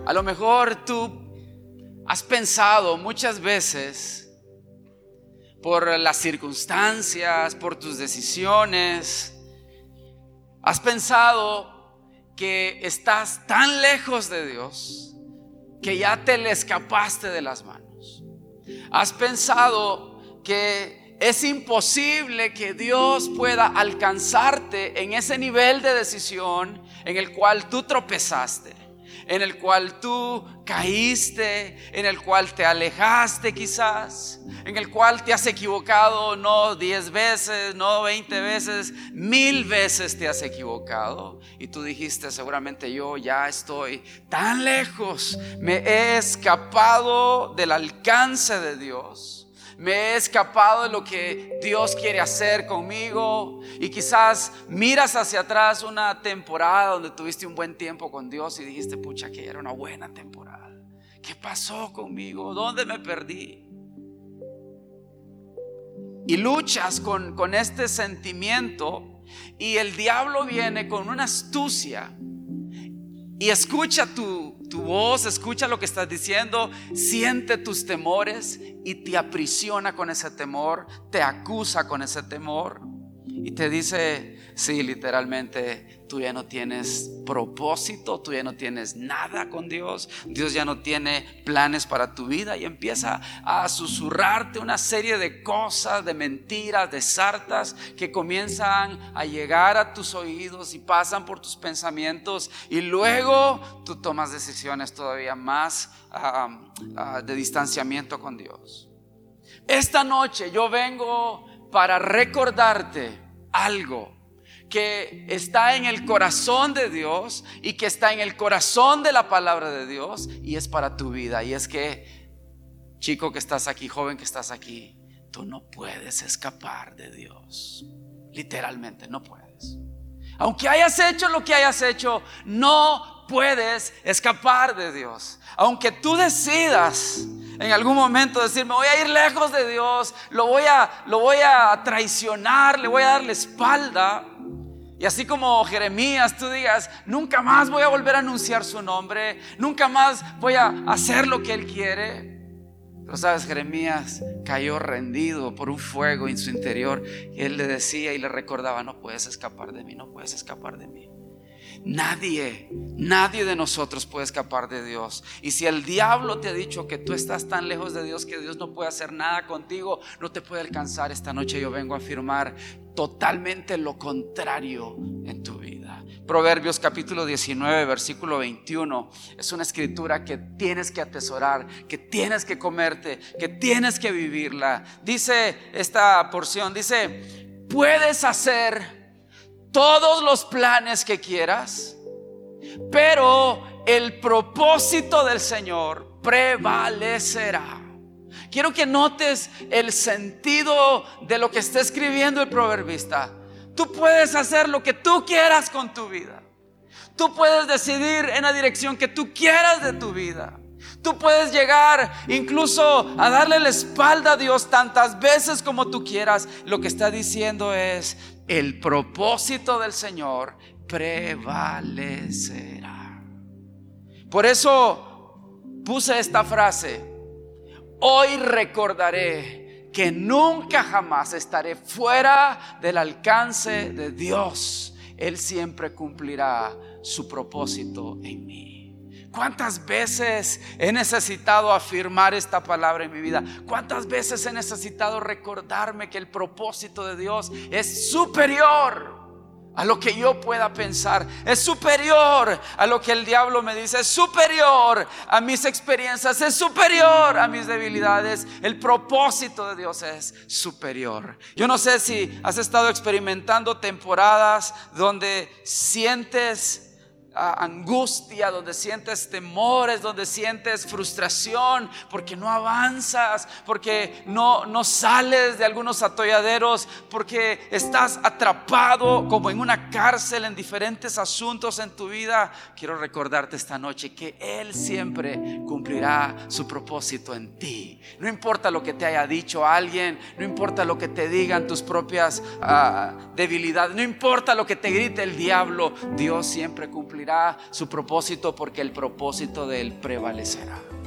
A lo mejor tú has pensado muchas veces, por las circunstancias, por tus decisiones, has pensado que estás tan lejos de Dios que ya te le escapaste de las manos. Has pensado que es imposible que Dios pueda alcanzarte en ese nivel de decisión en el cual tú tropezaste, en el cual tú caíste, en el cual te alejaste quizás, en el cual te has equivocado no 10 veces, no 20 veces, 1000 veces te has equivocado. Y tú dijiste, seguramente yo ya estoy tan lejos, me he escapado del alcance de Dios. Me he escapado de lo que Dios quiere hacer conmigo. Y quizás miras hacia atrás una temporada donde tuviste un buen tiempo con Dios y dijiste, pucha, que era una buena temporada. ¿Qué pasó conmigo? ¿Dónde me perdí? Y luchas con este sentimiento, y el diablo viene con una astucia y escucha tu voz, escucha lo que estás diciendo, siente tus temores y te aprisiona con ese temor, te acusa con ese temor y te dice, sí, literalmente, tú ya no tienes propósito, tú ya no tienes nada con Dios, Dios ya no tiene planes para tu vida, y empieza a susurrarte una serie de cosas, de mentiras, de sartas que comienzan a llegar a tus oídos y pasan por tus pensamientos, y luego tú tomas decisiones todavía más de distanciamiento con Dios. Esta noche yo vengo para recordarte algo que está en el corazón de Dios y que está en el corazón de la palabra de Dios, y es para tu vida. Y es que, chico que estás aquí, joven que estás aquí, tú no puedes escapar de Dios. Literalmente no puedes. Aunque hayas hecho lo que hayas hecho, no puedes escapar de Dios. Aunque tú decidas en algún momento decir, me voy a ir lejos de Dios, lo voy a traicionar, le voy a dar la espalda, y así como Jeremías tú digas, nunca más voy a volver a anunciar su nombre, nunca más voy a hacer lo que él quiere. Pero sabes, Jeremías cayó rendido por un fuego en su interior, y él le decía y le recordaba, no puedes escapar de mí, no puedes escapar de mí. Nadie de nosotros puede escapar de Dios. Y si el diablo te ha dicho que tú estás tan lejos de Dios que Dios no puede hacer nada contigo, no te puede alcanzar, esta noche yo vengo a afirmar totalmente lo contrario en tu vida. Proverbios capítulo 19 versículo 21 es una escritura que tienes que atesorar, que tienes que comerte, que tienes que vivirla. Dice esta porción, dice, puedes hacer todos los planes que quieras, pero el propósito del Señor prevalecerá. Quiero que notes el sentido de lo que está escribiendo el proverbista. Tú puedes hacer lo que tú quieras con tu vida. Tú puedes decidir en la dirección que tú quieras de tu vida. Tú puedes llegar incluso a darle la espalda a Dios tantas veces como tú quieras. Lo que está diciendo es, el propósito del Señor prevalecerá. Por eso puse esta frase: hoy recordaré que nunca jamás estaré fuera del alcance de Dios. Él siempre cumplirá su propósito en mí. ¿Cuántas veces he necesitado afirmar esta palabra en mi vida? ¿Cuántas veces he necesitado recordarme que el propósito de Dios es superior a lo que yo pueda pensar, es superior a lo que el diablo me dice, es superior a mis experiencias, es superior a mis debilidades? El propósito de Dios es superior. Yo no sé si has estado experimentando temporadas donde sientes angustia, donde sientes temores, donde sientes frustración porque no avanzas, porque no sales de algunos atolladeros, porque estás atrapado como en una cárcel en diferentes asuntos en tu vida. Quiero recordarte esta noche que Él siempre cumplirá su propósito en ti. No importa lo que te haya dicho alguien, no importa lo que te digan tus propias debilidades, no importa lo que te grite el diablo, Dios siempre cumplirá cumplirá su propósito, porque el propósito de Él prevalecerá.